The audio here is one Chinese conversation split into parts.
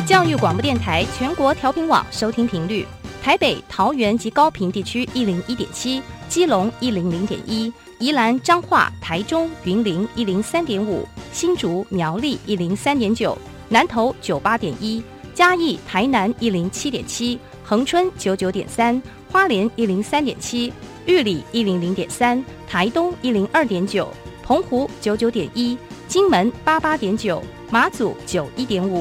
教育广播电台全国调频网收听频率：台北、桃园及高屏地区101.7，基隆100.1，宜兰、彰化、台中、云林103.5，新竹、苗栗103.9，南投98.1，嘉义、台南107.7，恒春99.3，花莲103.7，玉里100.3，台东102.9，澎湖99.1，金门88.9，马祖91.5。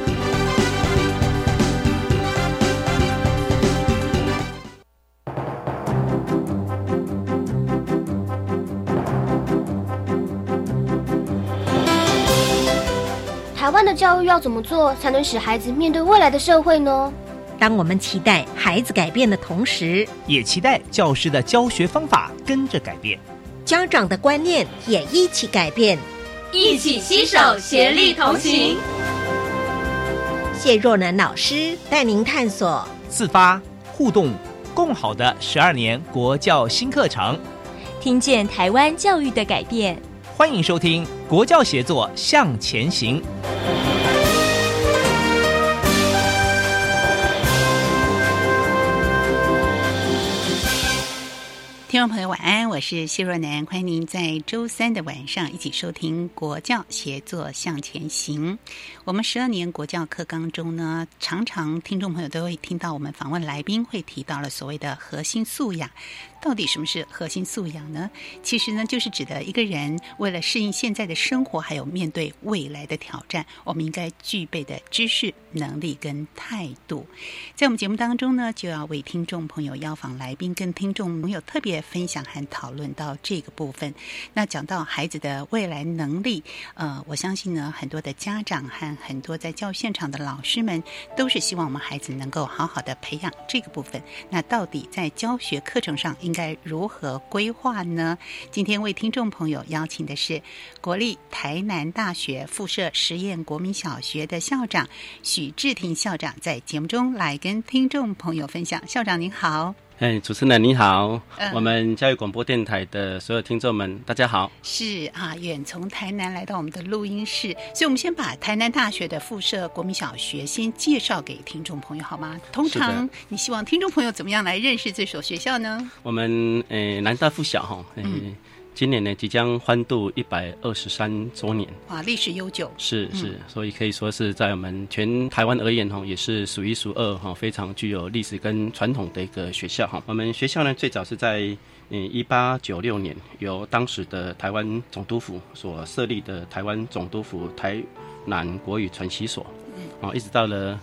台湾的教育要怎么做才能使孩子面对未来的社会呢？ 当我们期待孩子改变的同时， 也期待教师的教学方法跟着改变， 家长的观念也一起改变， 一起携手协力同行。 谢若楠老师带您探索自发互动共好的12年国教新课程， 听见台湾教育的改变。 欢迎收听国教协作向前行。 听众朋友晚安，我是谢若楠，欢迎您在周三的晚上一起收听国教协作向前行。我们12年国教课纲中呢，常常听众朋友都会听到我们访问来宾会提到了所谓的核心素养。到底什么是核心素养呢？其实呢，就是指的一个人为了适应现在的生活，还有面对未来的挑战，我们应该具备的知识、能力跟态度。在我们节目当中呢，就要为听众朋友邀访来宾，跟听众朋友特别分享和讨论到这个部分。那讲到孩子的未来能力，我相信呢，很多的家长和很多在教育现场的老师们，都是希望我们孩子能够好好的培养这个部分。那到底在教学课程上应该如何规划呢？今天为听众朋友邀请的是国立台南大学附设实验国民小学的校长许志廷校长，在节目中来跟听众朋友分享。校长您好。 主持人你好，我们教育广播电台的所有听众们大家好。 是啊，远从台南来到我们的录音室，所以我们先把台南大学的附设国民小学先介绍给听众朋友好吗？通常你希望听众朋友怎么样来认识这所学校呢？ 我们南大附小今年呢即将欢度123周年， 哇，历史悠久。 是，所以可以说是在我们全台湾而言也是数一数二非常具有历史跟传统的一个学校。我们学校呢最早是在1896年由当时的台湾总督府所设立的台湾总督府台南国语传习所，一直到了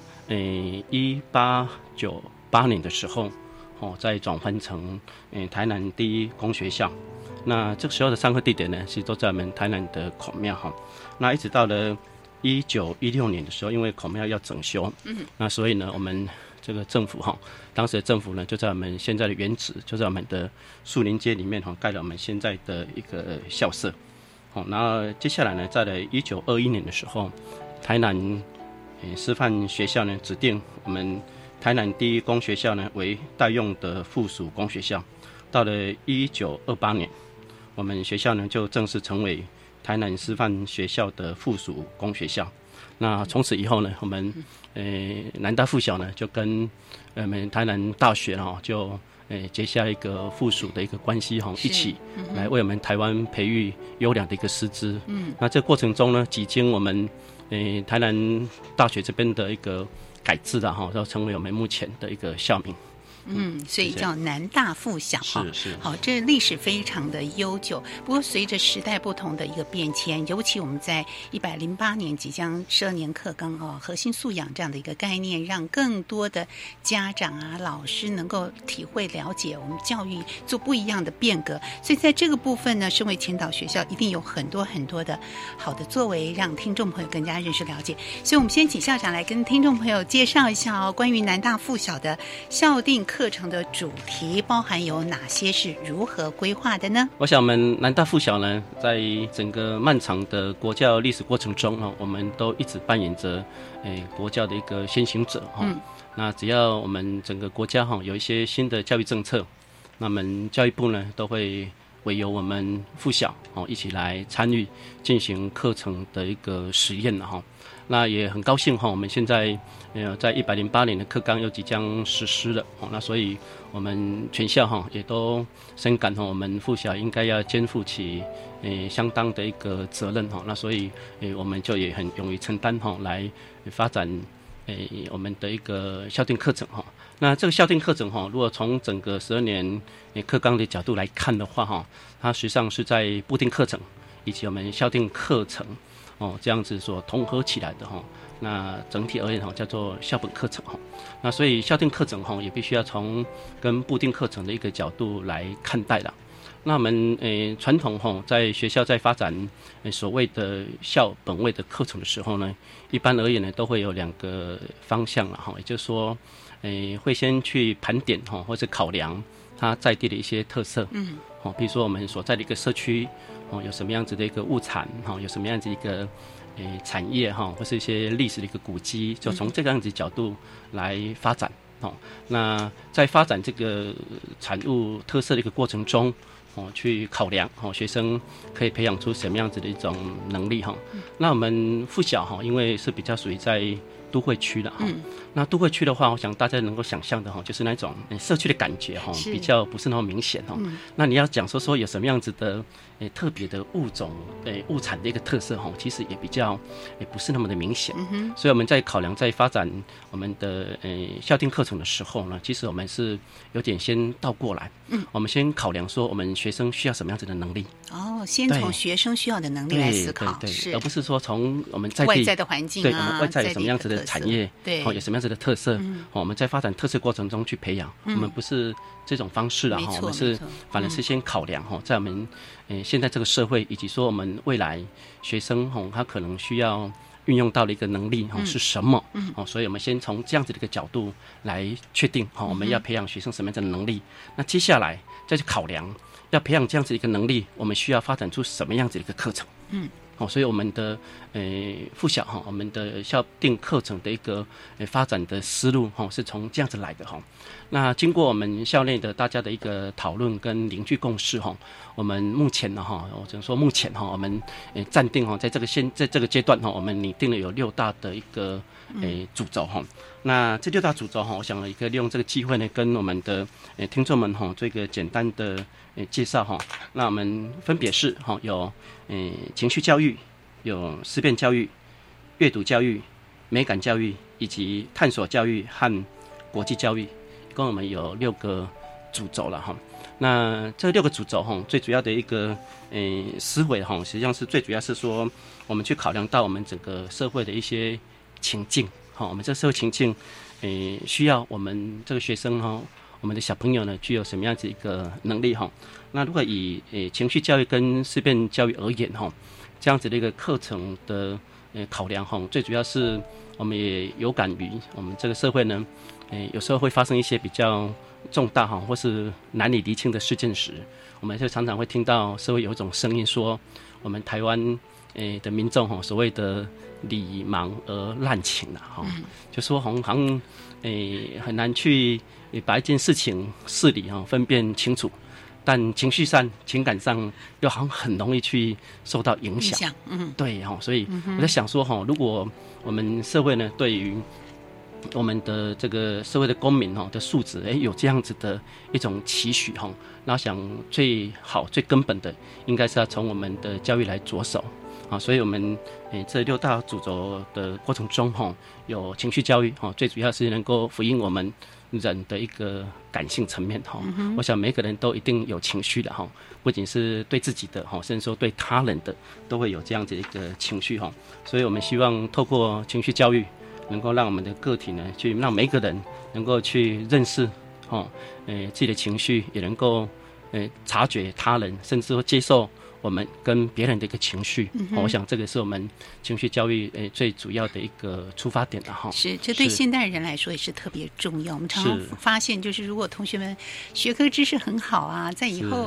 1898年的时候再转换成台南第一公学校。那这个时候的上课地点呢，其实都在我们台南的孔庙那一直到了1916年的时候，因为孔庙要整修，那所以呢，我们这个政府当时的政府呢，就在我们现在的原址，就在我们的树林街里面盖了我们现在的一个校舍。然后接下来呢，在1921年的时候，台南师范学校呢指定我们台南第一公学校呢为代用的附属公学校。到了1928年。我们学校呢就正式成为台南师范学校的附属公学校。那从此以后呢，我们南大附小呢就跟我们台南大学就结下一个附属的一个关系一起来为我们台湾培育优良的一个师资。那这过程中呢，几经我们台南大学这边的一个改制然后成为我们目前的一个校名。 所以叫南大附小是好，这历史非常的悠久。不过随着时代不同的一个变迁，尤其我们在108年即将12年课纲核心素养这样的一个概念，让更多的家长啊、老师能够体会了解我们教育做不一样的变革。所以在这个部分呢，身为前导学校，一定有很多很多的好的作为，让听众朋友更加认识了解。所以我们先请校长来跟听众朋友介绍一下关于南大附小的校定课程的主题包含有哪些，是如何规划的呢？ 我想我们南大附小呢，在整个漫长的国教历史过程中我们都一直扮演着国教的一个先行者那只要我们整个国家有一些新的教育政策，那么教育部呢都会委由我们附小一起来参与进行课程的一个实验哈。那也很高兴我们现在在108年的课纲又即将实施了那所以我们全校也都深感我们附小应该要肩负起相当的一个责任那所以我们就也很勇于承担来发展我们的一个校定课程那这个校定课程如果从整个12年课纲的角度来看的话它实际上是在部定课程以及我们校定课程这样子所统合起来的那整体而言叫做校本课程那所以校定课程也必须要从跟部定课程的一个角度来看待了。那我们传统在学校在发展所谓的校本位的课程的时候呢，一般而言呢都会有2个方向了也就是说会先去盘点或者考量它在地的一些特色比如说我们所在的一个社区有什么样子的一个物产有什么样子一个产业或是一些历史的一个古迹，就从这个样子角度来发展那在发展这个产物特色的一个过程中去考量学生可以培养出什么样子的一种能力那我们附小因为是比较属于在都会区的那都会区的话我想大家能够想象的就是那种社区的感觉比较不是那么明显那你要讲说有什么样子的特别的物种物产的一个特色其实也比较不是那么的明显所以我们在考量在发展我们的校定课程的时候呢，其实我们是有点先倒过来我们先考量说我们学生需要什么样子的能力先从学生需要的能力来思考对而不是说从我们在地外在的环境对我们外在有什么样子的产业对有什么样子的特色我们在发展特色过程中去培养我们不是这种方式我们是反而是先考量在我们现在这个社会以及说我们未来学生他可能需要运用到的一个能力是什么所以我们先从这样子的一个角度来确定我们要培养学生什么样子的能力那接下来再去考量要培养这样子一个能力我们需要发展出什么样子的一个课程所以我们的附小我们的校定课程的一个发展的思路是从这样子来的那经过我们校内的大家的一个讨论跟凝聚共识我们目前呢我只能说目前我们暂定在这个阶段我们拟定了有6大的一个主轴那这6大主轴我想也可以利用这个机会呢跟我们的听众们这个简单的介绍那我们分别是有情绪教育，有思辨教育、阅读教育、美感教育以及探索教育和国际教育，一共我们有6个主轴了那这6个主轴最主要的一个思维实际上是最主要是说我们去考量到我们整个社会的一些情境我们这个社会情境需要我们这个学生我们的小朋友呢具有什么样子一个能力那如果以情绪教育跟思辨教育而言这样子的一个课程的考量最主要是我们也有感于我们这个社会呢有时候会发生一些比较重大或是难以厘清的事件时，我们就常常会听到社会有一种声音说我们台湾的民众所谓的理盲而滥情就说好像很难去把一件事情事理分辨清楚，但情绪上情感上又好像很容易去受到影响对所以我在想说如果我们社会呢对于我们的这个社会的公民的素质有这样子的一种期许然后想最好最根本的应该是要从我们的教育来着手所以我们这6大主轴的过程中有情绪教育最主要是能够回应我们人的一个感性层面我想每个人都一定有情绪的不仅是对自己的甚至说对他人的都会有这样子一个情绪所以我们希望透过情绪教育能够让我们的个体呢去让每一个人能够去认识自己的情绪，也能够察觉他人，甚至说接受我们跟别人的一个情绪我想这个是我们情绪教育最主要的一个出发点是这对现代人来说也是特别重要。我们常常发现就是如果同学们学科知识很好在以后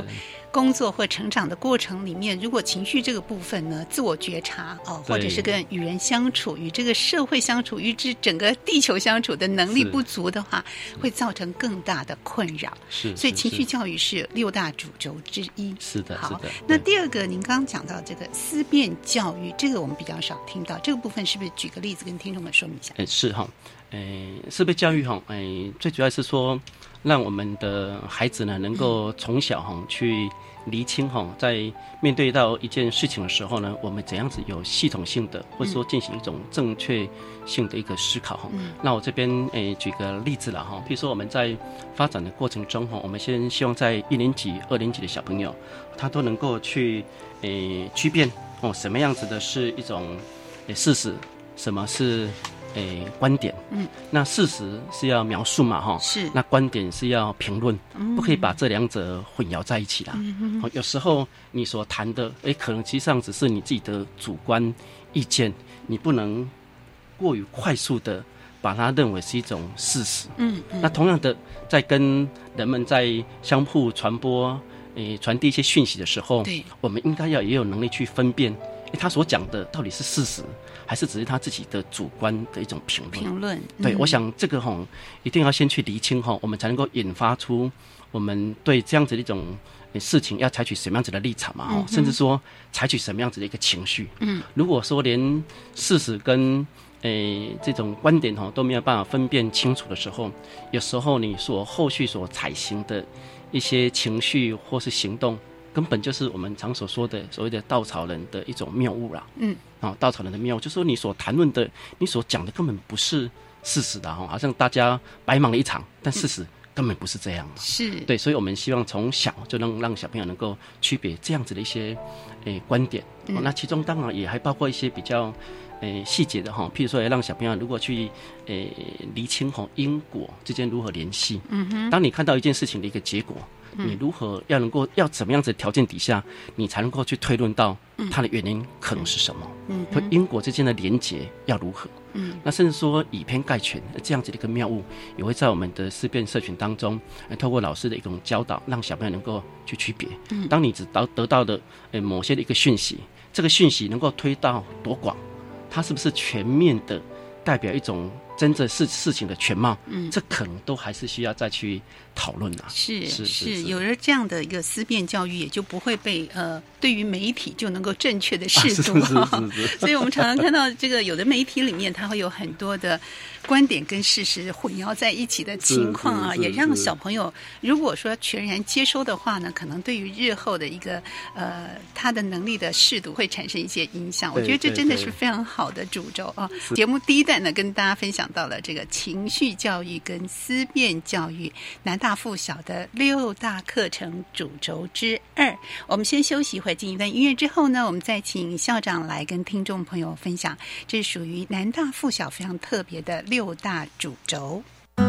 工作或成长的过程里面，如果情绪这个部分呢，自我觉察或者是跟与人相处、与这个社会相处、与整个地球相处的能力不足的话，会造成更大的困扰。所以情绪教育是6大主轴之一。 是的， 好，那第二个，您刚刚讲到这个思辨教育，这个我们比较少听到，这个部分是不是举个例子跟听众们说明一下？ 是哈，思辨教育哈，最主要是说，让我们的孩子呢，能够从小哈去厘清哈，在面对到一件事情的时候呢，我们怎样子有系统性的，或者说进行一种正确性的一个思考哈。那我这边举个例子了哈，譬如说我们在发展的过程中哈，我们先希望在1年级、2年级的小朋友，他都能够去区辨什么样子的是一种事实，什么是观点。那事实是要描述嘛哈，是，那观点是要评论，不可以把这两者混淆在一起啦。有时候你所谈的可能其实上只是你自己的主观意见，你不能过于快速的把它认为是一种事实。那同样的，在跟人们在相互传播传递一些讯息的时候，我们应该也有能力去分辨他所讲的到底是事实，还是只是他自己的主观的一种评论。对，我想这个一定要先去厘清我们才能够引发出我们对这样子的一种事情要采取什么样子的立场嘛，甚至说采取什么样子的一个情绪。如果说连事实跟这种观点都没有办法分辨清楚的时候，有时候你所后续所采行的一些情绪或是行动，根本就是我们常所说的所谓的稻草人的一种谬误啦。稻草人的谬误就是说你所谈论的，你所讲的根本不是事实的，好像大家白忙了一场，但事实根本不是这样嘛。是，对，所以我们希望从小就能让小朋友能够区别这样子的一些观点。那其中当然也还包括一些比较细节的譬如说让小朋友如果去厘清因果之间如何联系。当你看到一件事情的一个结果，你如何要怎么样子的条件底下，你才能够去推论到它的原因可能是什么？和因果之间的连结要如何？那甚至说以偏概全这样子的一个谬误，也会在我们的思辨社群当中，透过老师的一种教导，让小朋友能够去区别。当你只得到的某些的一个讯息，这个讯息能够推到多广，它是不是全面的代表一种真正事情的全貌？这可能都还是需要再去讨论啊。是， 有了这样的一个思辨教育，也就不会被对于媒体就能够正确的视读。所以我们常常看到这个有的媒体里面，它会有很多的观点跟事实混淆在一起的情况啊，也让小朋友如果说全然接收的话呢，可能对于日后的一个他的能力的视读会产生一些影响。我觉得这真的是非常好的主轴啊。节目第一段呢，跟大家分享到了这个情绪教育跟思辨教育南大附小的6大课程主轴之2。我们先休息一会，进一段音乐之后呢，我们再请校长来跟听众朋友分享，这是属于南大附小非常特别的6大主轴。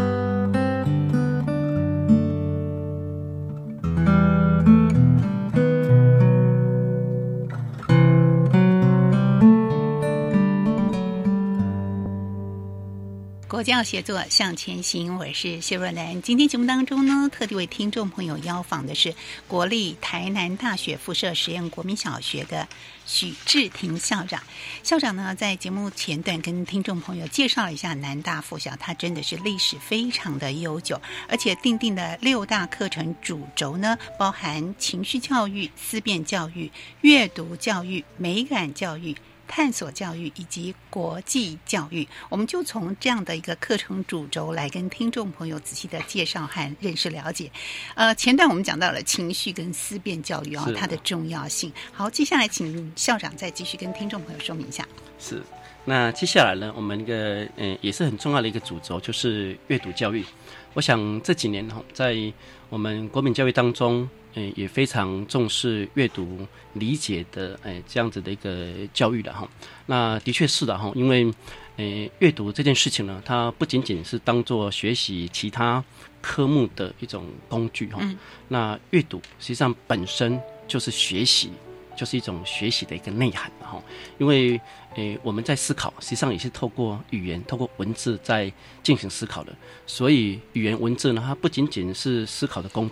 国教协作向前行，我是谢若兰。今天节目当中呢，特地为听众朋友邀访的是国立台南大学附设实验国民小学的许志廷校长。校长呢，在节目前段跟听众朋友介绍了一下南大附小，它真的是历史非常的悠久，而且订定的6大课程主轴呢，包含情绪教育、思辨教育、阅读教育、美感教育、探索教育以及国际教育。我们就从这样的一个课程主轴来跟听众朋友仔细的介绍和认识了解。前段我们讲到了情绪跟思辨教育它的重要性。好，接下来请校长再继续跟听众朋友说明一下。 是，那接下来呢，我们一个也是很重要的一个主轴就是阅读教育。我想这几年在我们国民教育当中也非常重视阅读理解的这样子的一个教育的哈。那的确是的哈，因为阅读这件事情呢，它不仅仅是当作学习其他科目的一种工具哈。那阅读实际上本身就是学习，就是一种学习的一个内涵哈。因为我们在思考，实际上也是透过语言、透过文字在进行思考的。所以语言文字呢，它不仅仅是思考的工具，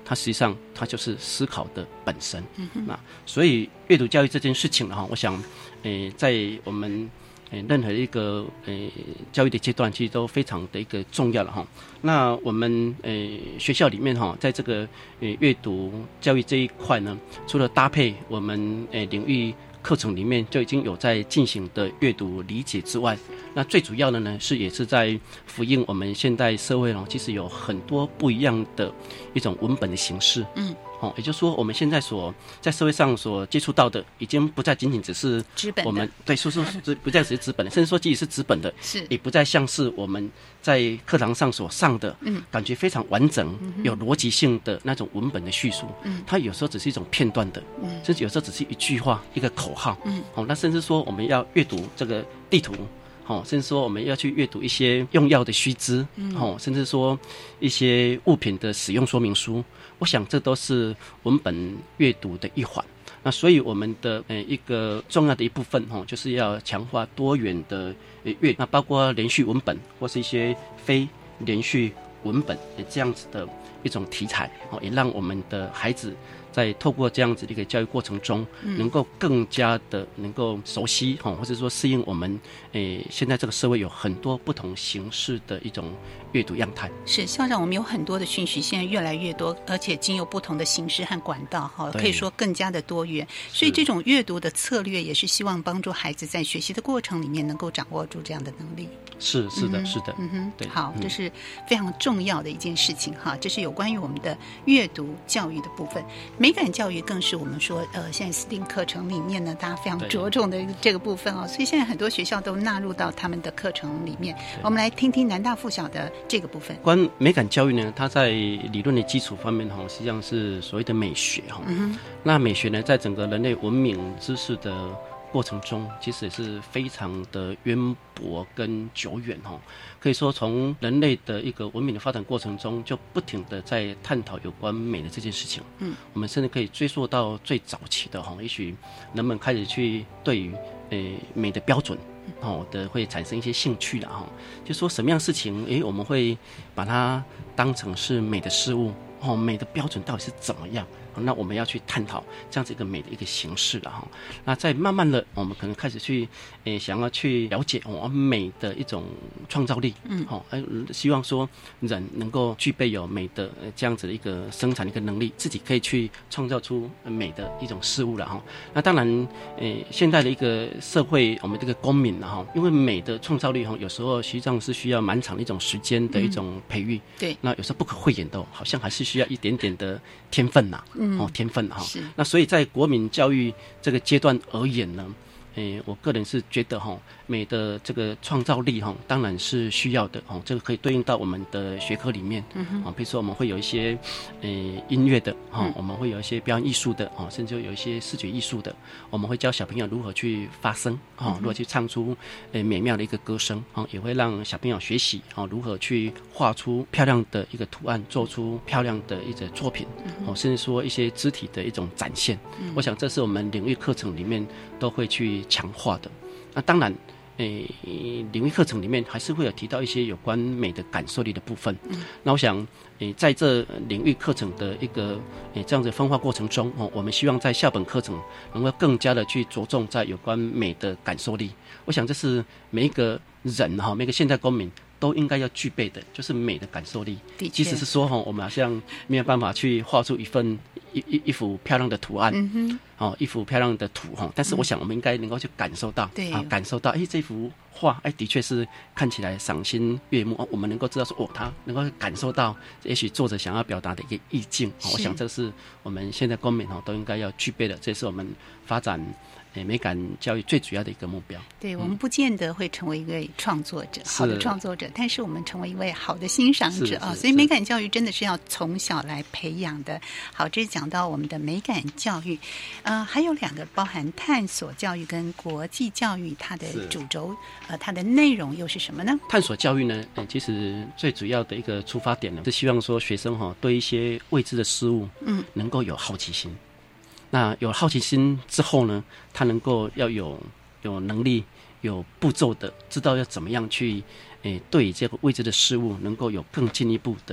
它实际上它就是思考的本身。那所以阅读教育这件事情我想在我们任何一个教育的阶段，其实都非常的一个重要了那我们学校里面在这个阅读教育这一块呢，除了搭配我们领域课程里面就已经有在进行的阅读理解之外，那最主要的呢也是在回应我们现代社会其实有很多不一样的一种文本的形式。也就是说我们现在在社会上所接触到的已经不再仅仅只是我们对说不再只是纸本的，甚至说即使是纸本的也不再像是我们在课堂上所上的感觉非常完整有逻辑性的那种文本的叙述。它有时候只是一种片段的，甚至有时候只是一句话一个口号。那甚至说我们要阅读这个地图，甚至说我们要去阅读一些用药的须知，甚至说一些物品的使用说明书，我想这都是文本阅读的一环。那所以我们的一个重要的一部分就是要强化多元的阅读，那包括连续文本或是一些非连续文本这样子的一种题材，也让我们的孩子在透过这样子的一个教育过程中，能够更加的能够熟悉或者说适应我们现在这个社会有很多不同形式的一种阅读样态。 是校长，我们有很多的讯息，现在越来越多，而且经由不同的形式和管道，可以说更加的多元。所以这种阅读的策略也是希望帮助孩子在学习的过程里面能够掌握住这样的能力。是的，是的，对，好，这是非常重要的一件事情这是有关于我们的阅读教育的部分。美感教育更是我们说现在 STEAM 课程里面呢，大家非常着重的这个部分所以现在很多学校都纳入到他们的课程里面。我们来听听南大附小的这个部分。 关于美感教育呢，它在理论的基础方面实际上是所谓的美学那美学呢，在整个人类文明知识的过程中，其实也是非常的渊博跟久远可以说从人类的一个文明的发展过程中，就不停的在探讨有关美的这件事情。我们甚至可以追溯到最早期的也许人们开始去对于美的标准会产生一些兴趣了就说什么样的事情我们会把它当成是美的事物美的标准到底是怎么样，那我们要去探讨这样子一个美的一个形式了那再慢慢的我们可能开始去想要去了解美的一种创造力希望说人能够具备有美的这样子的一个生产的一个能力，自己可以去创造出美的一种事物了那当然现在的一个社会，我们这个公民因为美的创造力有时候实际上是需要蛮长的一种时间的一种培育对，那有时候不可讳言的好像还是需要一点点的天分天分那所以在国民教育这个阶段而言呢，我个人是觉得美的这个创造力当然是需要的这个可以对应到我们的学科里面比如说我们会有一些音乐的我们会有一些表演艺术的甚至有一些视觉艺术的，我们会教小朋友如何去发声如何去唱出美妙的一个歌声也会让小朋友学习如何去画出漂亮的一个图案，做出漂亮的一个作品甚至说一些肢体的一种展现我想这是我们领域课程里面都会去强化的。那当然领域课程里面还是会有提到一些有关美的感受力的部分那我想在这领域课程的一个这样子分化过程中我们希望在校本课程能够更加的去着重在有关美的感受力。我想这是每一个人每个现代公民都应该要具备的，就是美的感受力。即使是说我们好像没有办法去画出一幅漂亮的图案一幅漂亮的图但是我想我们应该能够去感受到感受到这幅画的确是看起来赏心悦目我们能够知道说他能够感受到也许作者想要表达的一个意境我想这是我们现在公民都应该要具备的，这是我们发展美感教育最主要的一个目标。 对，我们不见得会成为一位创作者好的创作者，但是我们成为一位好的欣赏者所以美感教育真的是要从小来培养的。好，这是讲到我们的美感教育还有两个包含探索教育跟国际教育，它的主轴它的内容又是什么呢？ 探索教育呢其实最主要的一个出发点呢是希望说学生对一些未知的事物能够有好奇心那有好奇心之后呢，他能够要有能力有步骤的知道要怎么样去对这个未知的事物能够有更进一步的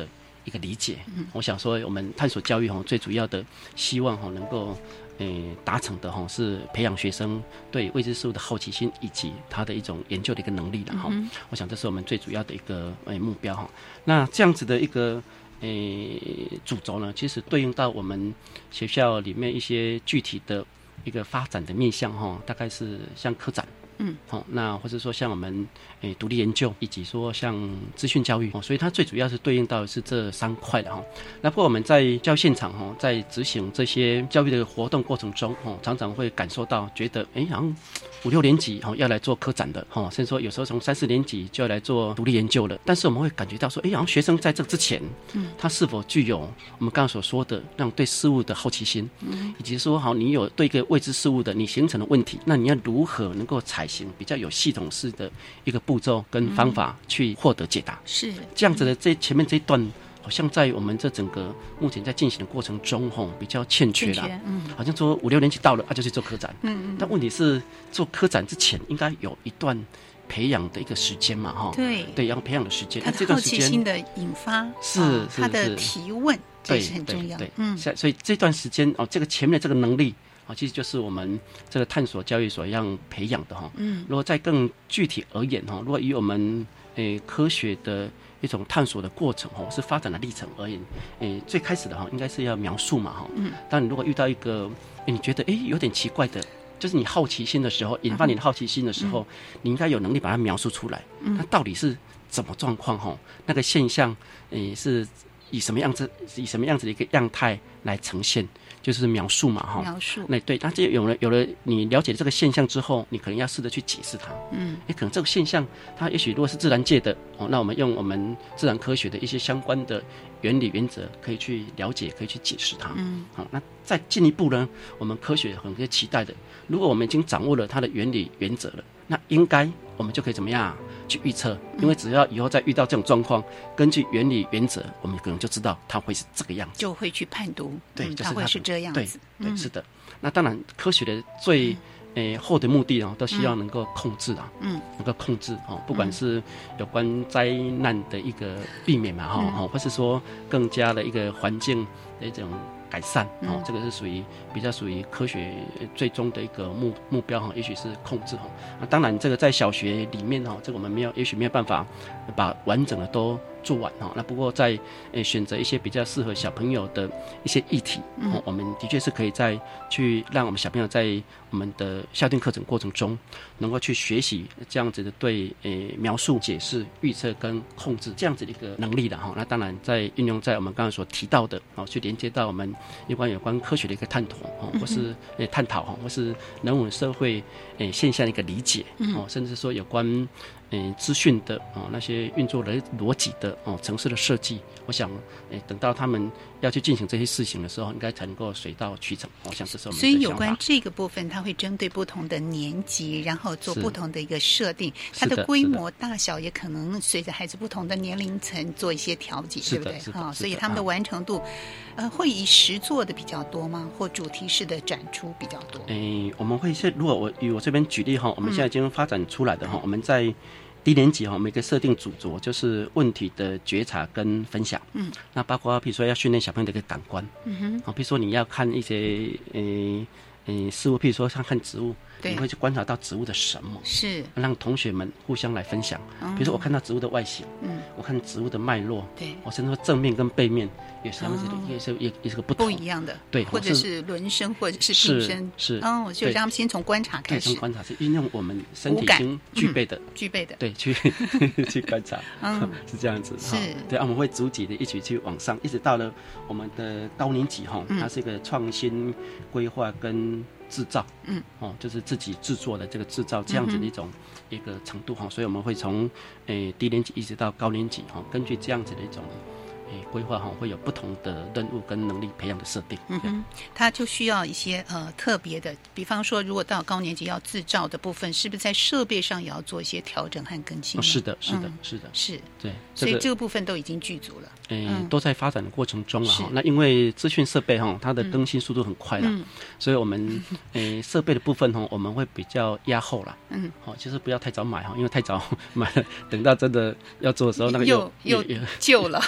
一个理解。我想说，我们探索教育最主要的希望能够达成的是培养学生对未知事物的好奇心以及他的一种研究的一个能力的我想这是我们最主要的一个目标那这样子的一个主轴呢，其实对应到我们学校里面一些具体的一个发展的面向大概是像科展。那或者说像我们独立研究以及说像资讯教育所以它最主要是对应到的是这3块的那不过我们在教育现场在执行这些教育的活动过程中常常会感受到觉得好像5、6年级要来做科展的甚至说有时候从3、4年级就要来做独立研究了，但是我们会感觉到说好像学生在这之前他是否具有我们刚刚所说的那种对事物的好奇心以及说你有对一个未知事物的你形成的问题，那你要如何能够采行比较有系统式的一个步骤跟方法去获得解答是这样子的前面这一段好像在我们这整个目前在进行的过程中比较欠缺啦好像说5、6年级到了就去做科展但问题是做科展之前应该有一段培养的一个时间嘛对要培养的时间， 他的好奇心的引发是他的提问这是很重要对所以这段时间这个前面的这个能力其实就是我们这个探索教育所要培养的如果再更具体而言如果以我们科学的一种探索的过程是发展的历程而言最开始的应该是要描述嘛当你如果遇到一个你觉得有点奇怪的，就是你好奇心的时候，引发你的好奇心的时候你应该有能力把它描述出来那到底是怎么状况那个现象是以什么样子的一个样态来呈现，就是描述嘛描述那对，那这有了你了解这个现象之后，你可能要试着去解释它可能这个现象它也许如果是自然界的那我们用我们自然科学的一些相关的原理原则可以去了解，可以去解释它那再进一步呢，我们科学很期待的，如果我们已经掌握了它的原理原则了，那应该我们就可以怎么样去预测，因为只要以后再遇到这种状况，根据原理原则我们可能就知道它会是这个样子， 就会去判读对就是它会是这样子对是的那当然科学的最后的目的都希望能够控制能够控制不管是有关灾难的一个避免嘛或是说更加的一个环境的一种改善这个是比较属于科学最终的一个目标也许是控制当然这个在小学里面这个我们也许没有办法把完整的都做完那不过在选择一些比较适合小朋友的一些议题我们的确是可以去让我们小朋友在我们的校定课程过程中能够去学习这样子的对描述、解释、预测跟控制这样子的一个能力的那当然在运用在我们刚才所提到的去连接到我们有关科学的一个探讨或是探讨或是人文社会现象的一个理解甚至说有关资讯的那些运作的逻辑的程式的设计，我想等到他们要去进行这些事情的时候，应该才能够水到渠成。我想这是我们的想法。 所以有关这个部分，它会针对不同的年级，然后做不同的一个设定，它的规模大小也可能随着孩子不同的年龄层做一些调节，对不对？所以他们的完成度，会以实作的比较多吗？或主题式的展出比较多？ 我们会如果以我这边举例我们现在已经发展出来的我们在低年级我们一个设定主轴就是问题的觉察跟分享那包括比如说要训练小朋友的一个感官比如说你要看一些事物，譬如说像看植物，你会去观察到植物的什么，是让同学们互相来分享比如说我看到植物的外形我看植物的脉络，对，我甚至说正面跟背面也是也是个不一样的，对， 或者是轮身或者是并身，是我就让他们先从观察开始， 从观察是运用我们身体已经具备的对去观察是这样子，是对我们会逐级的一起去往上，一直到了我们的高年级它是一个创新规划跟制造就是自己制作的这个制造这样子的一个程度所以我们会从低年级一直到高年级根据这样子的一种规划会有不同的任务跟能力培养的设定它就需要一些特别的，比方说如果到高年级要制造的部分，是不是在设备上也要做一些调整和更新是的对， 所以这个部分都已经具足了都在发展的过程中那因为资讯设备它的更新速度很快所以我们设备的部分我们会比较压后啦就是不要太早买因为太早买了等到真的要做的时候那个又旧了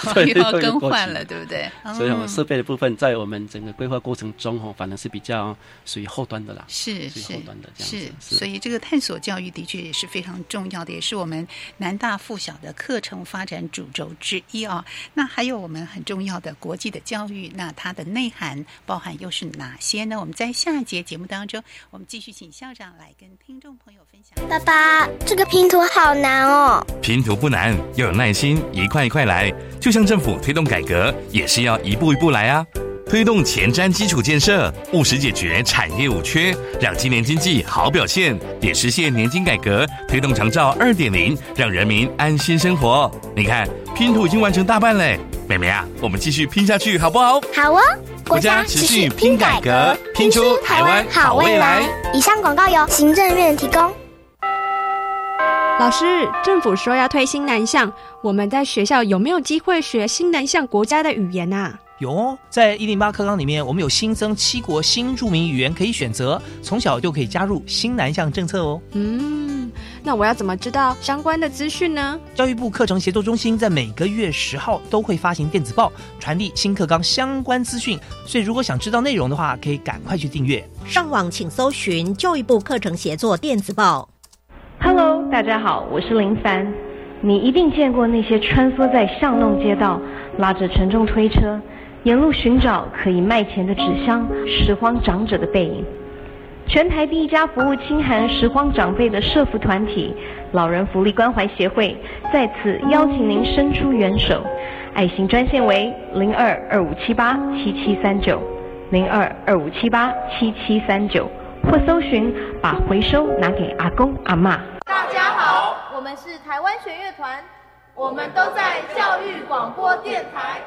要更换了，对不对？ 所以我们设备的部分在我们整个规划过程中反而是比较属于后端的啦， 是后端的这样子。 所以这个探索教育的确也是非常重要的，也是我们南大附小的课程发展主轴之一啊。那还有我们很重要的国际的教育，那它的内涵包含又是哪些呢？我们在下一节节目当中，我们继续请校长来跟听众朋友分享。 爸爸，这个拼图好难哦。 拼图不难，要有耐心，一块一块来。就像政府推动改革，也是要一步一步来啊。推动前瞻基础建设，务实解决产业五缺，让今年经济好表现，也实现年金改革，推动长照 2.0， 让人民安心生活。你看，拼图已经完成大半嘞，妹妹啊，我们继续拼下去好不好？ 好哦， 国家持续拼改革，拼出台湾好未来。 以上广告由行政院提供。 老师，政府说要推新南向，我们在学校有没有机会学新南向国家的语言啊？ 有哦，在108课纲里面，我们有新增7国新著名语言可以选择，从小就可以加入新南向政策哦。 那我要怎么知道相关的资讯呢？ 教育部课程协作中心在每个月10号都会发行电子报，传递新课纲相关资讯，所以如果想知道内容的话，可以赶快去订阅。 上网请搜寻教育部课程协作电子报。 Hello， 大家好，我是林凡。你一定见过那些穿梭在巷弄街道，拉着沉重推车，沿路寻找可以卖钱的纸箱、拾荒长者的背影。全台第一家服务清寒拾荒长辈的社福团体老人福利关怀协会，在此邀请您伸出援手。爱心专线为0225787739 0225787739，或搜寻把回收拿给阿公阿嬷。 大家好，我们是台湾弦乐团，我们都在教育广播电台。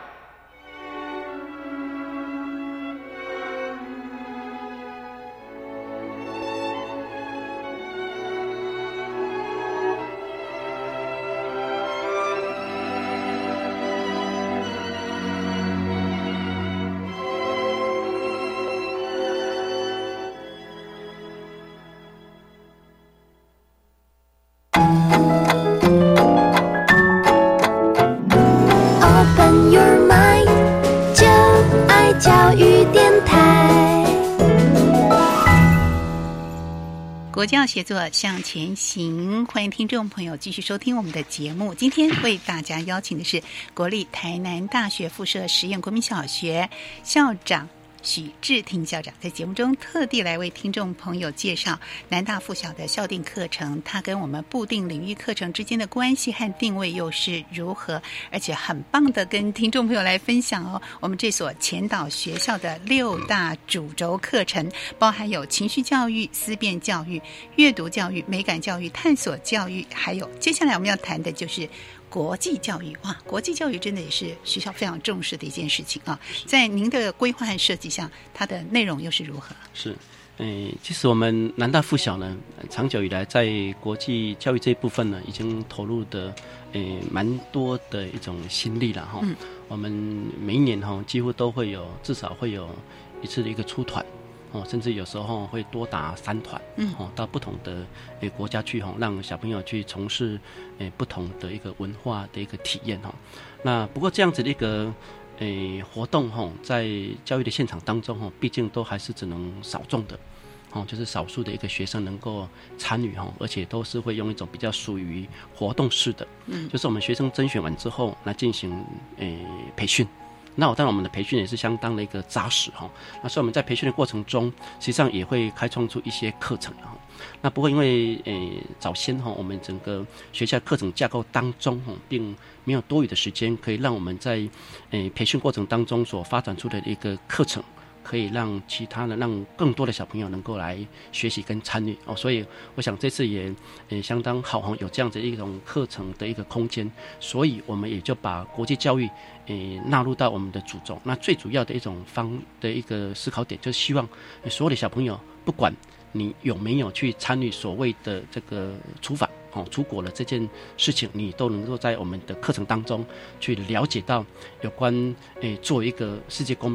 国教协作向前行，欢迎听众朋友继续收听我们的节目。今天为大家邀请的是国立台南大学附设实验国民小学校长许志廷校长，在节目中特地来为听众朋友介绍南大附小的校定课程，它跟我们部定领域课程之间的关系和定位又是如何，而且很棒的跟听众朋友来分享哦。我们这所前导学校的6大主轴课程，包含有情绪教育、思辨教育、阅读教育、美感教育、探索教育，还有接下来我们要谈的就是国际教育。哇，国际教育真的也是学校非常重视的一件事情啊！在您的规划和设计下，它的内容又是如何？ 是，其实我们南大附小呢，长久以来在国际教育这一部分呢，已经投入的蛮多的一种心力了哈。我们每一年哈，几乎都会有至少会有一次的一个出团。甚至有时候会多达3团，到不同的国家去，让小朋友去从事不同的一个文化的一个体验。那不过这样子的一个活动，在教育的现场当中，毕竟都还是只能少众的，就是少数的一个学生能够参与，而且都是会用一种比较属于活动式的，就是我们学生甄选完之后来进行培训。那当然我们的培训也是相当的一个扎实哈。那所以我们在培训的过程中，实际上也会开创出一些课程哈。那不过因为早先哈，我们整个学校课程架构当中哈，并没有多余的时间可以让我们在培训过程当中所发展出的一个课程，可以让其他的让更多的小朋友能够来学习跟参与哦。所以我想这次也相当好哈，有这样子一种课程的一个空间，所以我们也就把国际教育纳入到我们的主轴。那最主要的一种一个思考点，就是希望所有的小朋友，不管你有没有去参与所谓的这个出国了这件事情，你都能够在我们的课程当中去了解到有关作为一个世界公民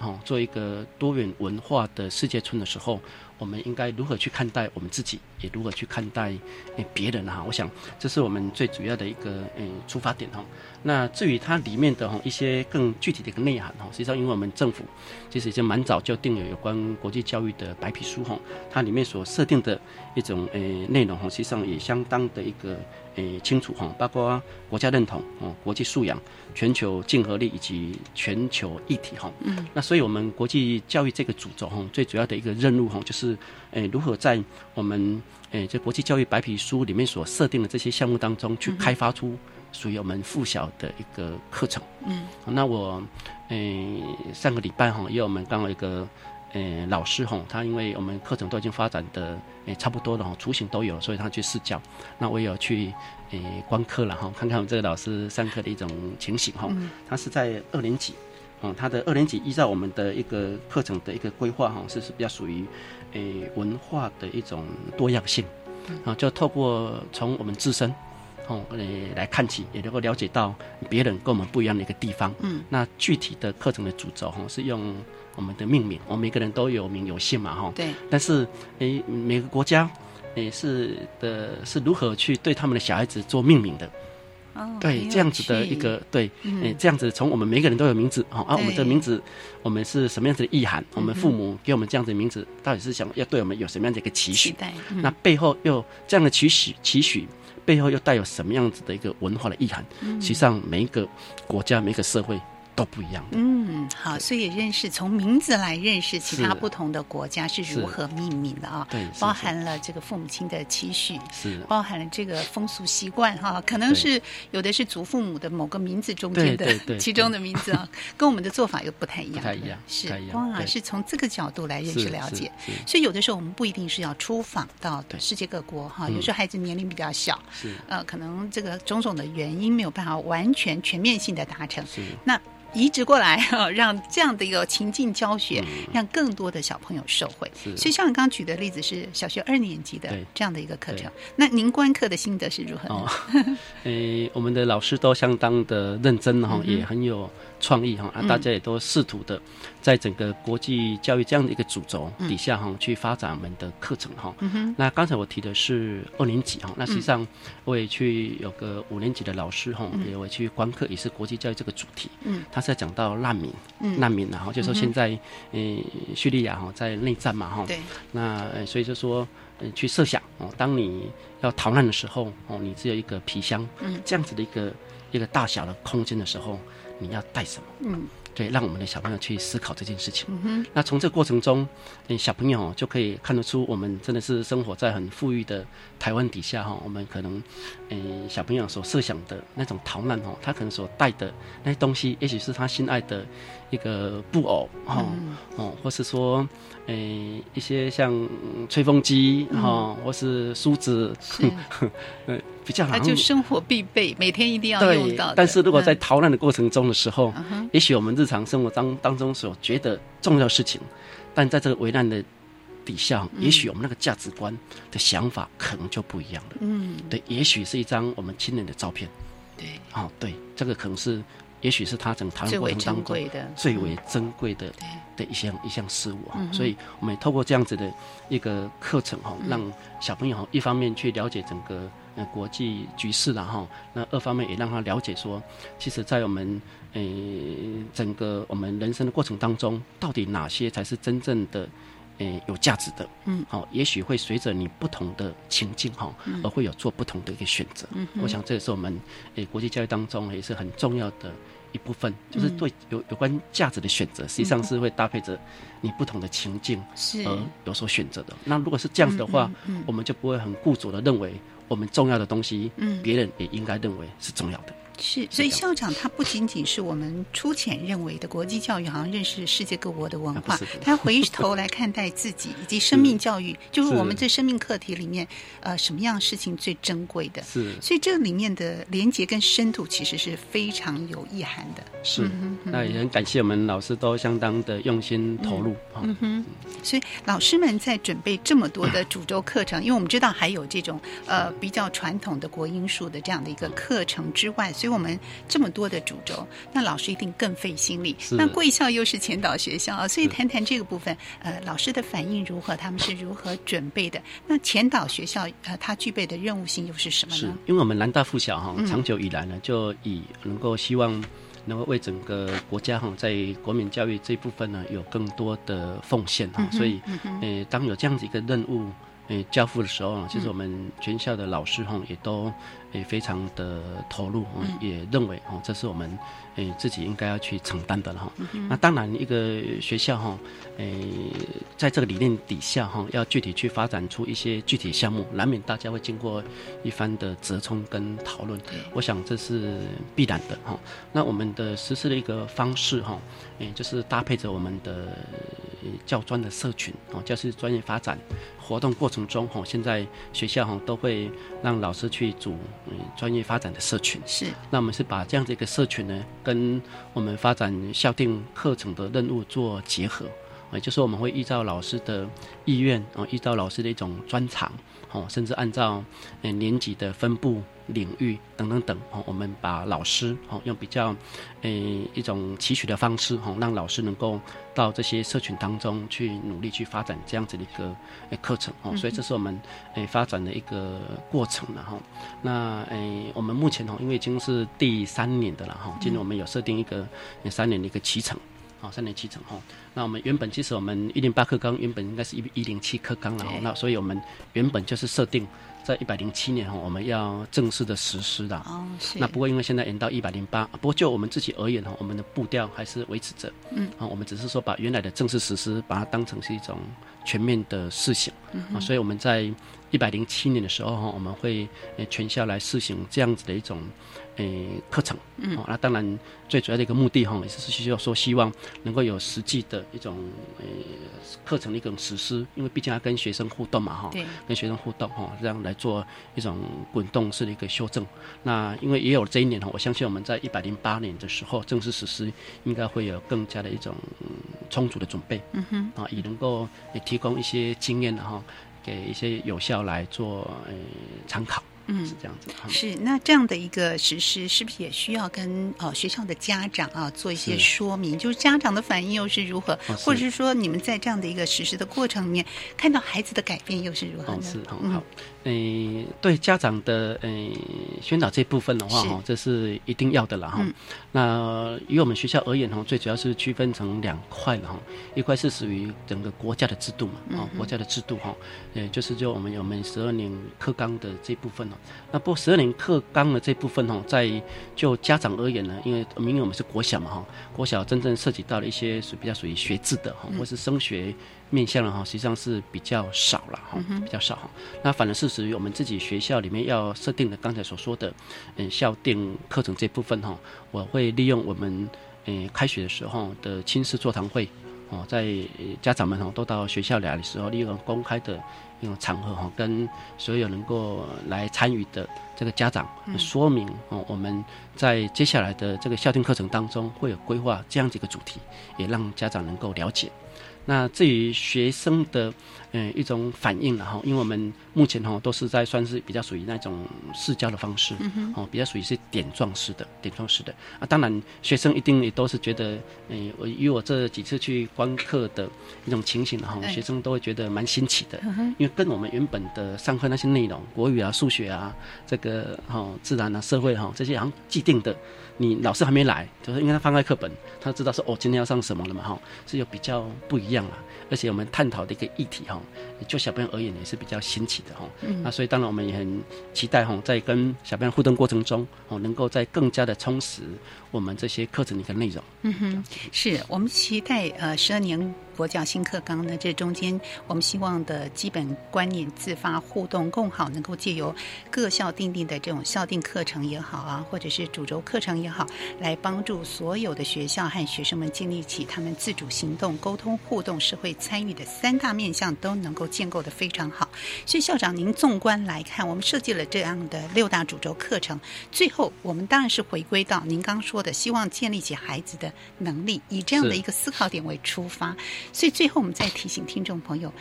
做一个多元文化的世界村的时候，我们应该如何去看待我们自己，也如何去看待别人我想这是我们最主要的一个出发点那至于它里面的一些更具体的一个内涵实际上因为我们政府其实已经蛮早就定有关国际教育的白皮书它里面所设定的一种内容实际上也相当的一个清楚包括国家认同国际素养、全球竞合力以及全球议题那所以我们国际教育这个主轴最主要的一个任务就是如何在我们这国际教育白皮书里面所设定的这些项目当中去开发出属于我们附小的一个课程那我上个礼拜也有我们刚好一个老师他因为我们课程都已经发展的差不多了雏形都有，所以他去试教。那我也有去观课了看看我们这个老师上课的一种情形他是在2年级他的2年级依照我们的一个课程的一个规划是比较属于文化的一种多样性就透过从我们自身来看起，也能够了解到别人跟我们不一样的一个地方那具体的课程的主轴是用我们的命名，我们每个人都有名有姓嘛对， 但是每个国家是如何去对他们的小孩子做命名的对，这样子的一个对这样子从我们每个人都有名字我们的名字我们是什么样子的意涵我们父母给我们这样子的名字到底是想要对我们有什么样的一个期许那背后又这样的期许背后又带有什么样子的一个文化的意涵实际上每一个国家每一个社会都不一样的好，所以从名字来认识其他不同的国家是如何命名的对，包含了这个父母亲的期许是包含了这个风俗习惯可能是有的是祖父母的某个名字中间的其中的名字跟我们的做法又不太一样是哇，是从这个角度来认识了解所以有的时候我们不一定是要出访到世界各国有时候孩子年龄比较小可能这个种种的原因没有办法完全全面性的达成那移植过来让这样的一个情境教学让更多的小朋友受惠所以像你刚刚举的例子是小学2年级的这样的一个课程那您观课的心得是如何呢我们的老师都相当的认真也很有创意大家也都试图的在整个国际教育这样的一个主轴底下去发展我们的课程那刚才我提的是2年级那实际上我也去有个5年级的老师也会去观课也是国际教育这个主题他是在讲到难民就说现在叙利亚在内战嘛对那所以就说去设想当你要逃难的时候你只有一个皮箱这样子的一个大小的空间的时候你要带什么对，让我们的小朋友去思考这件事情那从这个过程中小朋友就可以看得出我们真的是生活在很富裕的台湾底下我们可能小朋友所设想的那种逃难他可能所带的那些东西也许是他心爱的一个布偶或是说一些像吹风机或是梳子比较好像就生活必备每天一定要用到的但是如果在逃难的过程中的时候也许我们日常生活当中所觉得重要的事情但在这个危难的底下也许我们那个价值观的想法可能就不一样了对，也许是一张我们亲人的照片对这个可能是也许是他整个逃难过程当中最为珍贵的一项事物所以我们也透过这样子的一个课程让小朋友一方面去了解整个国际局势那二方面也让他了解说其实在我们整个我们人生的过程当中到底哪些才是真正的有价值的也许会随着你不同的情境而会有做不同的一个选择我想这也是我们国际教育当中也是很重要的一部分就是对有关价值的选择实际上是会搭配着你不同的情境而有所选择的那如果是这样子的话我们就不会很固着的认为我们重要的东西别人也应该认为是重要的是，所以校长他不仅仅是我们粗浅认为的国际教育好像认识世界各国的文化他回头来看待自己以及生命教育就是我们这生命课题里面什么样事情最珍贵的是所以这里面的连结跟深度其实是非常有意涵的是那也很感谢我们老师都相当的用心投入所以老师们在准备这么多的主轴课程因为我们知道还有这种比较传统的国英数的这样的一个课程之外所以我们这么多的主轴，那老师一定更费心力。那贵校又是前导学校，所以谈谈这个部分，老师的反应如何？他们是如何准备的？那前导学校它具备的任务性又是什么呢？ 是因为我们南大附小长久以来呢，就以能够希望能够为整个国家在国民教育这一部分呢有更多的奉献所以当有这样子一个任务交付的时候，其实我们全校的老师也都非常的投入，也认为这是我们自己应该要去承担的了那当然，一个学校在这个理念底下要具体去发展出一些具体项目，难免大家会经过一番的折冲跟讨论。我想这是必然的那我们的实施的一个方式就是搭配着我们的教专的社群教师专业发展活动过程中现在学校都会让老师去组专业发展的社群。 是， 那我们是把这样的一个社群呢，跟我们发展校定课程的任务做结合。也就是我们会依照老师的意愿依照老师的一种专长甚至按照年级的分布领域等等等我们把老师用比较一种期许的方式让老师能够到这些社群当中去努力去发展这样子的一个课程所以这是我们发展的一个过程了那我们目前因为已经是第3年的了今年我们有设定一个3年的一个期程3年期程那我们原本其实我们108课纲原本应该是107课纲了那所以我们原本就是设定在107年我们要正式的实施的那不过因为现在延到108，不过就我们自己而言我们的步调还是维持着我们只是说把原来的正式实施把它当成是一种全面的试行所以我们在107年的时候我们会全校来试行这样子的一种课程那当然最主要的一个目的也是希望能够有实际的一种课程的一种实施，因为毕竟要跟学生互动嘛跟学生互动这样来做一种滚动式的一个修正。那因为也有这一年我相信我们在108年的时候正式实施应该会有更加的一种充足的准备也能够提供一些经验给一些有效来做参考是这样子是。那这样的一个实施是不是也需要跟学校的家长做一些说明，就是家长的反应又是如何或者是说你们在这样的一个实施的过程里面看到孩子的改变又是如何呢？ 是很好对家长的宣导这部分的话这是一定要的啦那以我们学校而言最主要是区分成2块了一块是属于整个国家的制度嘛国家的制度就是就我们12年课纲的这部分那不过12年课纲的这部分在就家长而言呢，因为我们是国小嘛国小真正涉及到了一些比较属于学制的或是升学面向的实际上是比较少了比较少那反而是属于我们自己学校里面要设定的刚才所说的校定课程这部分我会利用我们开学的时候的亲师座谈会在家长们都到学校来的时候，利用公开的一种场合跟所有能够来参与的这个家长说明我们在接下来的这个校定课程当中会有规划这样几个主题，也让家长能够了解。那至于学生的一种反应了因为我们目前都是在算是比较属于那种试教的方式比较属于是点状式的当然学生一定也都是觉得以我这几次去观课的一种情形学生都会觉得蛮新奇的因为跟我们原本的上课那些内容国语啊数学啊这个自然啊社会这些好像既定的你老师还没来，就是因为他翻开课本他知道说今天要上什么了嘛是有比较不一样啦，而且我们探讨的一个议题就小朋友而言也是比较新奇的那所以当然我们也很期待在跟小朋友互动过程中能够再更加的充实我们这些课程的一个内容是我们期待12年国教新课纲呢，这中间我们希望的基本观念自发互动共好，能够借由各校订定的这种校定课程也好或者是主轴课程也好，来帮助所有的学校和学生们建立起他们自主行动、沟通互动、社会参与的3大面向都能够建构得非常好。所以校长您纵观来看，我们设计了这样的6大主轴课程，最后我们当然是回归到您刚说的，希望建立起孩子的能力，以这样的一个思考点为出发。所以最后我们再提醒听众朋友，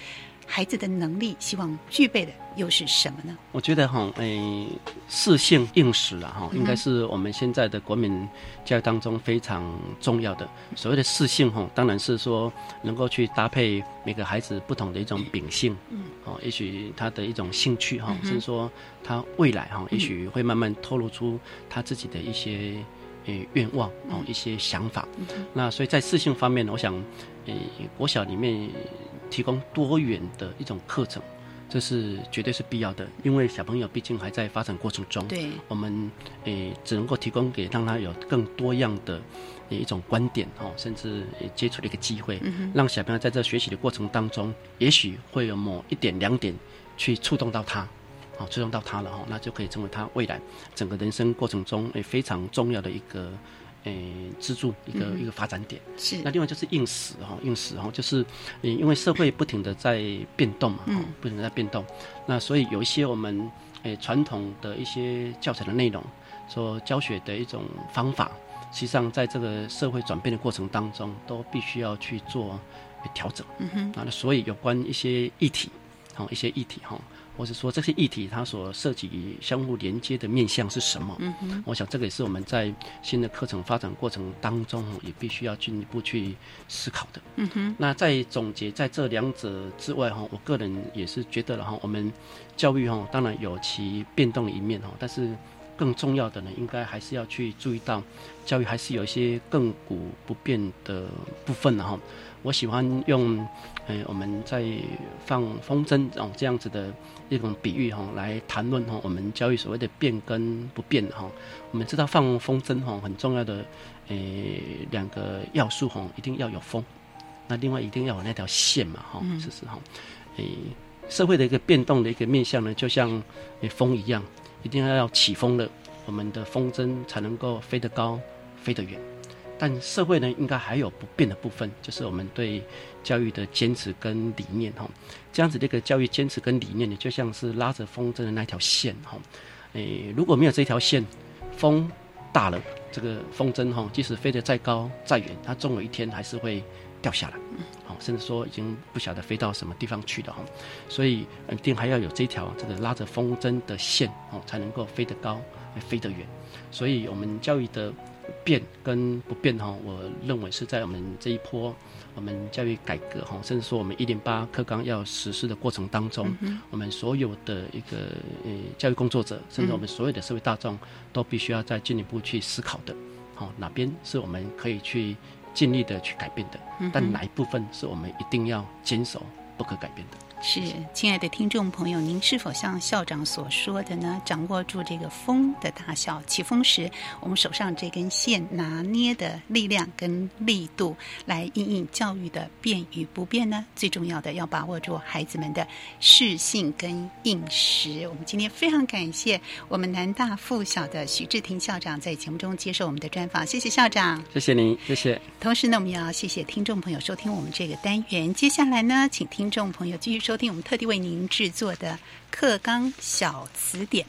孩子的能力希望具备的又是什么呢？ 我觉得适性应时啊，应该是我们现在的国民教育当中非常重要的。所谓的适性当然是说能够去搭配每个孩子不同的一种秉性，也许他的一种兴趣甚至说他未来也许会慢慢透露出他自己的一些愿望一些想法。那所以在适性方面，我想国小里面提供多元的一种课程，这是绝对是必要的，因为小朋友毕竟还在发展过程中，对，我们只能够提供给让他有更多样的一种观点甚至接触的一个机会，让小朋友在这学习的过程当中，也许会有某一点两点去触动到他，触动到他了那就可以成为他未来整个人生过程中非常重要的一个支柱，一个发展点。是。那另外就是应时就是因为社会不停的在变动嘛，不停的在变动，那所以有一些我们传统的一些教材的内容，说教学的一种方法，实际上在这个社会转变的过程当中，都必须要去做调整。那所以有关一些议题或者说这些议题它所涉及相互连接的面向是什么，我想这个也是我们在新的课程发展过程当中也必须要进一步去思考的。那在总结在这两者之外我个人也是觉得我们教育当然有其变动的一面但是更重要的呢，应该还是要去注意到教育还是有一些亘古不变的部分我喜欢用我们在放风筝这样子的一种比喻来谈论我们教育所谓的变跟不变我们知道放风筝很重要的两个要素一定要有风，那另外一定要有那条线嘛是社会的一个变动的一个面向呢，就像风一样，一定要起风了，我们的风筝才能够飞得高飞得远。但社会呢，应该还有不变的部分，就是我们对教育的坚持跟理念这样子的一个教育坚持跟理念呢，就像是拉着风筝的那条线如果没有这条线，风大了，这个风筝即使飞得再高再远，它终有一天还是会掉下来，甚至说已经不晓得飞到什么地方去了所以一定还要有这条这个拉着风筝的线才能够飞得高飞得远。所以我们教育的变跟不变我认为是在我们这一波我们教育改革甚至说我们108课纲要实施的过程当中，我们所有的一个教育工作者，甚至我们所有的社会大众都必须要再进一步去思考的哪边是我们可以去尽力的去改变的，但哪一部分是我们一定要坚守不可改变的。 是，亲爱的听众朋友，您是否像校长所说的呢？掌握住这个风的大小，起风时我们手上这根线拿捏的力量跟力度，来因应教育的变与不变呢？最重要的要把握住孩子们的适性跟应时。我们今天非常感谢我们南大附小的许志廷校长在节目中接受我们的专访，谢谢校长。 谢谢您，谢谢。 同时呢，我们也要谢谢听众朋友收听我们这个单元。接下来呢，请听众朋友继续收听我们特地为您制作的课纲小词典。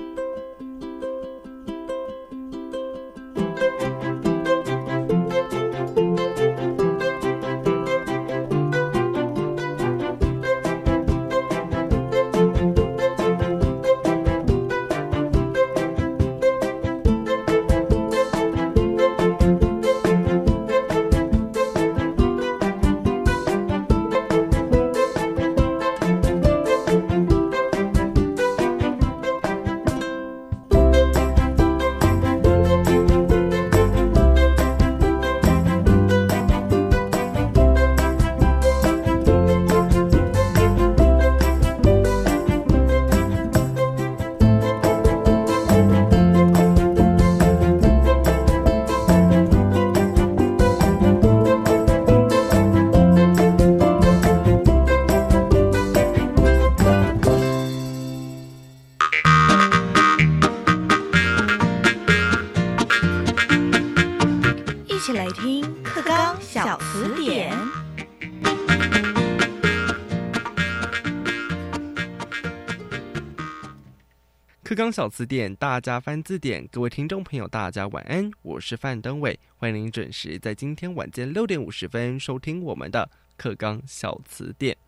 课纲小词典，大家翻字典。各位听众朋友，大家晚安，我是范登伟，欢迎您准时在今天晚间6点50分收听我们的课纲小词典。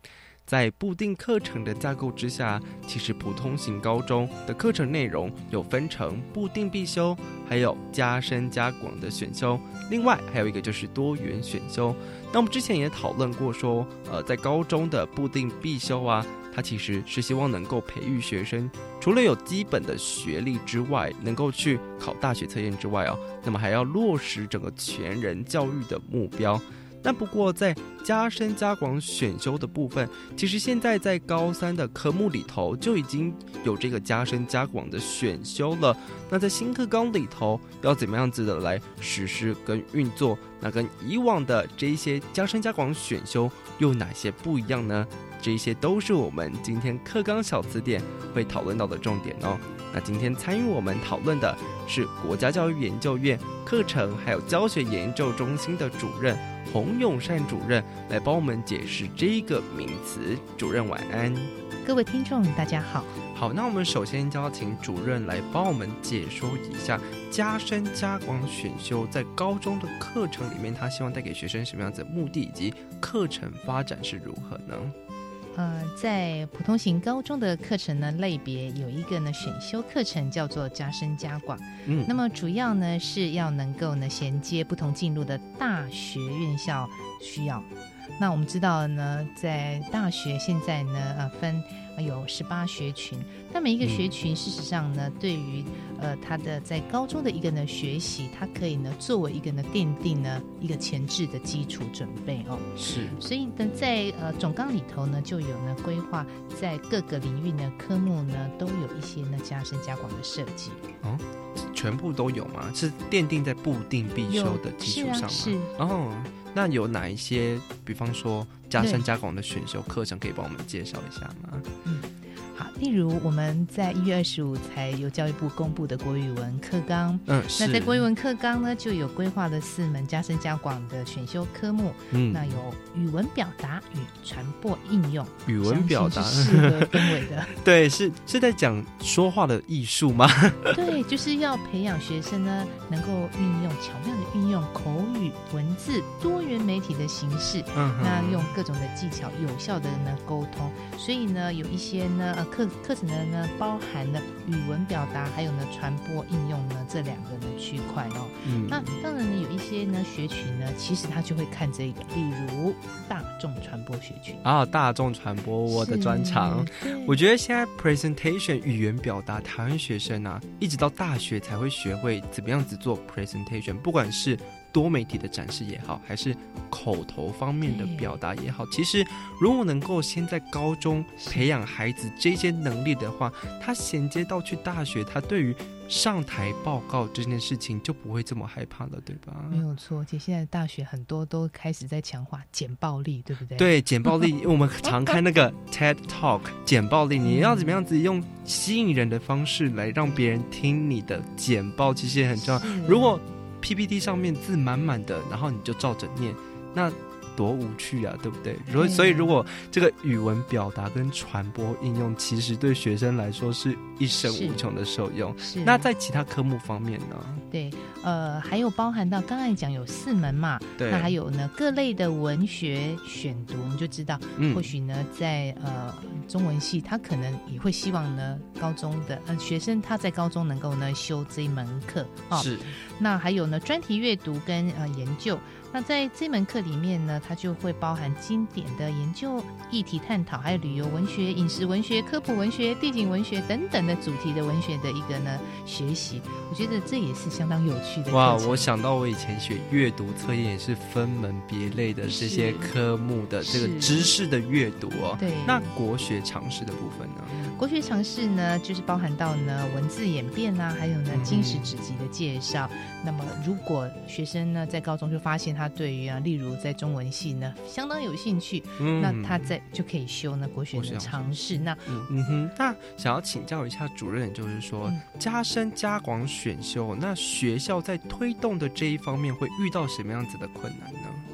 在固定课程的架构之下，其实普通型高中的课程内容有分成固定必修，还有加深加广的选修，另外还有一个就是多元选修。那我们之前也讨论过说，在高中的固定必修啊，它其实是希望能够培育学生，除了有基本的学历之外，能够去考大学测验之外那么还要落实整个全人教育的目标。那不过在加深加广选修的部分，其实现在在高三的科目里头就已经有这个加深加广的选修了。那在新课纲里头要怎么样子的来实施跟运作，那跟以往的这一些加深加广选修又哪些不一样呢？这一些都是我们今天课纲小词典会讨论到的重点哦。那今天参与我们讨论的是国家教育研究院课程还有教学研究中心的主任洪永善主任，来帮我们解释这个名词。主任晚安。 各位听众大家好。 好，那我们首先就要请主任来帮我们解说一下加深加广选修在高中的课程里面，他希望带给学生什么样子的目的，以及课程发展是如何呢？ 在普通型高中的课程呢类别有一个呢选修课程叫做加深加广，那么主要呢是要能够呢衔接不同进入的大学院校需要。那我们知道呢，在大学现在呢分有18学群，那每一个学群事实上呢对于他的在高中的一个呢学习，它可以呢作为一个呢奠定呢一个前置的基础准备是， 所以呢在总纲里头呢就有呢规划在各个领域呢科目呢都有一些呢加深加广的设计。 全部都有吗？是奠定在固定必修的基础上吗？ 是那有哪一些比方说加深加广的选修课程可以帮我们介绍一下吗？ 好，例如我们在1月25才由教育部公布的国语文课纲，那在国语文课纲呢就有规划了4门加深加广的选修科目，那有语文表达与传播应用。 语文表达是适合氛围的对，是在讲说话的艺术吗？ 对，就是要培养学生呢能够巧妙的运用口语、文字、多元媒体的形式，那用各种的技巧有效的呢沟通。所以呢有一些呢课程呢包含了语文表达还有呢传播应用呢这2个呢区块那当然呢有一些呢学群呢其实他就会看这个，例如大众传播学群大众传播我的专长。我觉得现在 presentation 语言表达，台湾学生一直到大学才会学会怎么样子做 presentation， 不管是多媒体的展示也好，还是口头方面的表达也好，其实如果能够先在高中培养孩子这些能力的话，他衔接到去大学，他对于上台报告这件事情就不会这么害怕了，对吧？ 没有错，而且现在大学很多都开始在强化简报力，对不对？ 对，简报力我们常看那个 TED Talk 简报力，你要怎么样子用吸引人的方式来让别人听你的简报，其实也很重要。如果PPT 上面字满满的，然后你就照着念，那多无趣啊，对不对？所以如果这个语文表达跟传播应用，其实对学生来说是一生无穷的受用。那在其他科目方面呢？ 对，还有包含到刚才讲有4门嘛，那还有呢各类的文学选读，我们就知道，或许呢在中文系，他可能也会希望呢高中的学生他在高中能够呢修这一门课是。 那还有呢专题阅读跟研究。那在这门课里面呢，它就会包含经典的研究、议题探讨，还有旅游文学、饮食文学、科普文学、地景文学等等的主题的文学的一个呢学习。我觉得这也是相当有趣的课程。 哇，我想到我以前学阅读测验也是分门别类的这些科目的这个知识的阅读对， 那国学常识的部分呢？ 国学常识呢，就是包含到呢文字演变还有呢经史子集的介绍。那么如果学生呢在高中就发现他对于例如在中文系呢相当有兴趣，那他就可以修呢国学的常识。那想要请教一下主任，就是说加深加广选修，那学校在推动的这一方面会遇到什么样子的困难呢？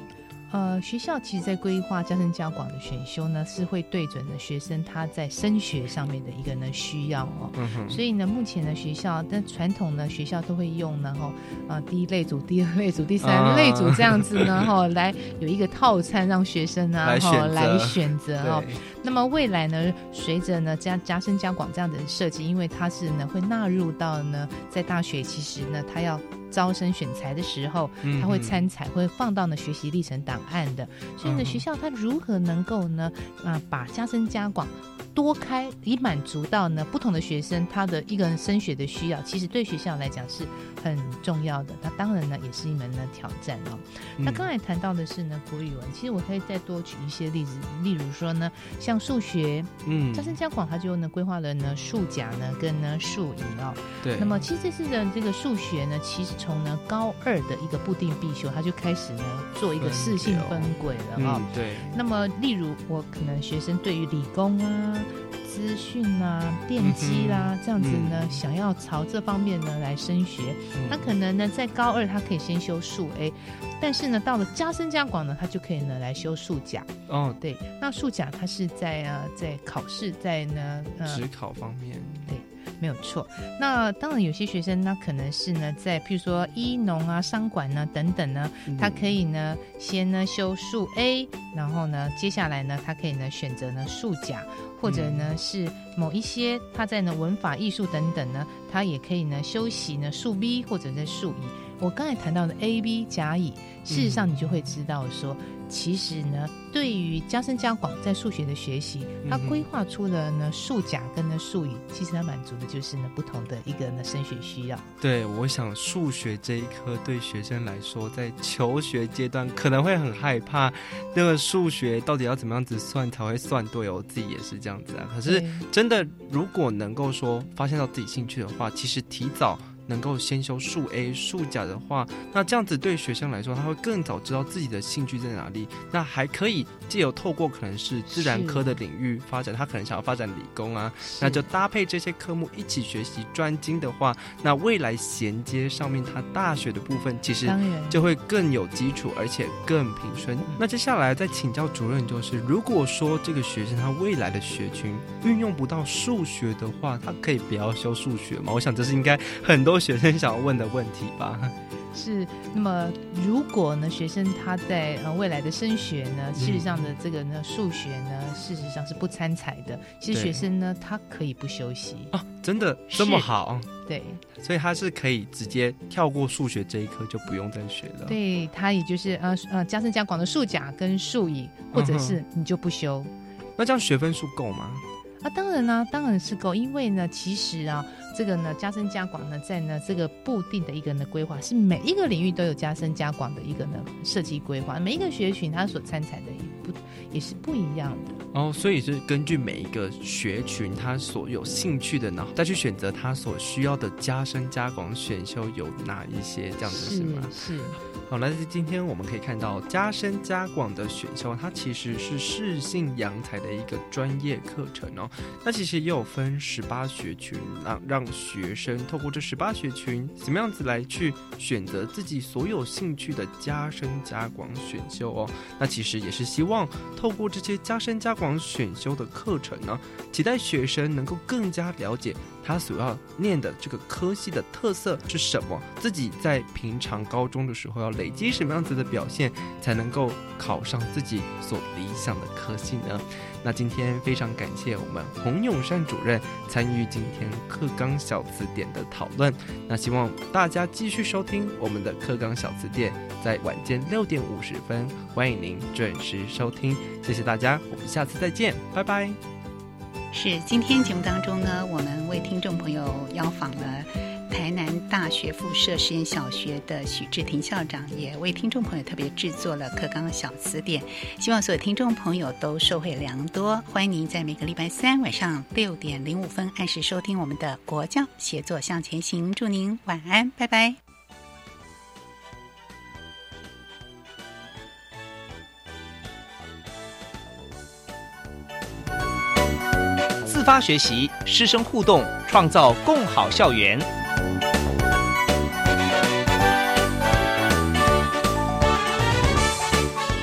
学校其实在规划加深加广的选修呢，是会对准了学生他在升学上面的一个呢需要所以呢目前呢学校但传统呢学校都会用呢第一类组、第二类组、第三类组这样子呢来有一个套餐让学生来选择那么未来呢随着呢加深加广这样的设计，因为它是呢会纳入到呢在大学其实呢它要招生选材的时候，他会参采，会放到呢学习历程档案的。所以呢，学校它如何能够呢把加深加广多开，以满足到呢不同的学生他的一个人升学的需要，其实对学校来讲是很重要的。它当然呢也是一门呢挑战那刚才谈到的是呢国语文，其实我可以再多举一些例子，例如说呢像数学，加深加广它就呢规划了呢数甲呢跟呢数乙对。那么其实这次的这个数学呢，其实从呢高2的一个部定必修，它就开始呢做一个适性分轨了对。 那么例如我可能学生对于理工资讯电机这样子呢想要朝这方面呢来升学，他可能呢在高2他可以先修数 A， 但是呢到了加深加广呢他就可以呢来修数甲对。那数甲它是在考试在呢指考方面对没有错。那当然有些学生他可能是呢在譬如说医农商管等等呢他可以呢先呢修数 A， 然后呢接下来呢他可以呢选择呢数甲，或者呢是某一些他在呢文法艺术等等呢他也可以呢修习呢数 B 或者在数乙。我刚才谈到的 A、B 甲乙，事实上你就会知道说其实呢对于加深加广在数学的学习，它规划出了呢数甲跟呢数乙，其实它满足的就是呢不同的一个呢升学需要。 对，我想数学这一科对学生来说在求学阶段可能会很害怕，那个数学到底要怎么样子算才会算对我自己也是这样子可是真的如果能够说发现到自己兴趣的话，其实提早能够先修数 A 数甲的话，那这样子对学生来说他会更早知道自己的兴趣在哪里，那还可以藉由透过可能是自然科的领域发展，他可能想要发展理工那就搭配这些科目一起学习专精的话，那未来衔接上面他大学的部分其实就会更有基础而且更平顺那接下来再请教主任，就是如果说这个学生他未来的学群运用不到数学的话，他可以不要修数学吗？我想这是应该很多学生想要问的问题吧。 是，那么如果呢学生他在未来的升学呢，事实上的这个呢数学呢事实上是不参采的，其实学生呢他可以不休息真的这么好？ 对， 所以他是可以直接跳过数学这一科就不用再学了。 对，他也就是加深加广的数甲跟数乙，或者是你就不修那这样学分数够吗？ 当然当然是够，因为呢其实这个呢加深加广呢在呢这个固定的一个呢规划，是每一个领域都有加深加广的一个呢设计规划，每一个学群它所参采的也是不一样的所以是根据每一个学群他所有兴趣的，然后再去选择他所需要的加深加广选修有哪一些，这样子是吗？ 是。 好，那今天我们可以看到加深加广的选修，它其实是适性扬才的一个专业课程那其实也有分18学群，让学生透过这18学群怎么样子来去选择自己所有兴趣的加深加广选修那其实也是希望透过这些加深加广选修的课程期待学生能够更加了解他所要念的这个科系的特色是什么，自己在平常高中的时候要累积什么样子的表现，才能够考上自己所理想的科系呢？那今天非常感谢我们洪永善主任参与今天课纲小词典的讨论，那希望大家继续收听我们的课纲小词典，在晚间6点50分，欢迎您准时收听，谢谢大家，我们下次再见，拜拜。 是，今天节目当中呢，我们为听众朋友邀访了台南大学附设实验小学的许志廷校长，也为听众朋友特别制作了课纲小词典，希望所有听众朋友都受惠良多。欢迎您在每个礼拜3晚上6点05分按时收听我们的国教协作向前行，祝您晚安，拜拜。 自发学习，师生互动，创造共好校园。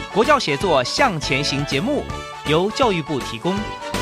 国教协作向前行节目由教育部提供。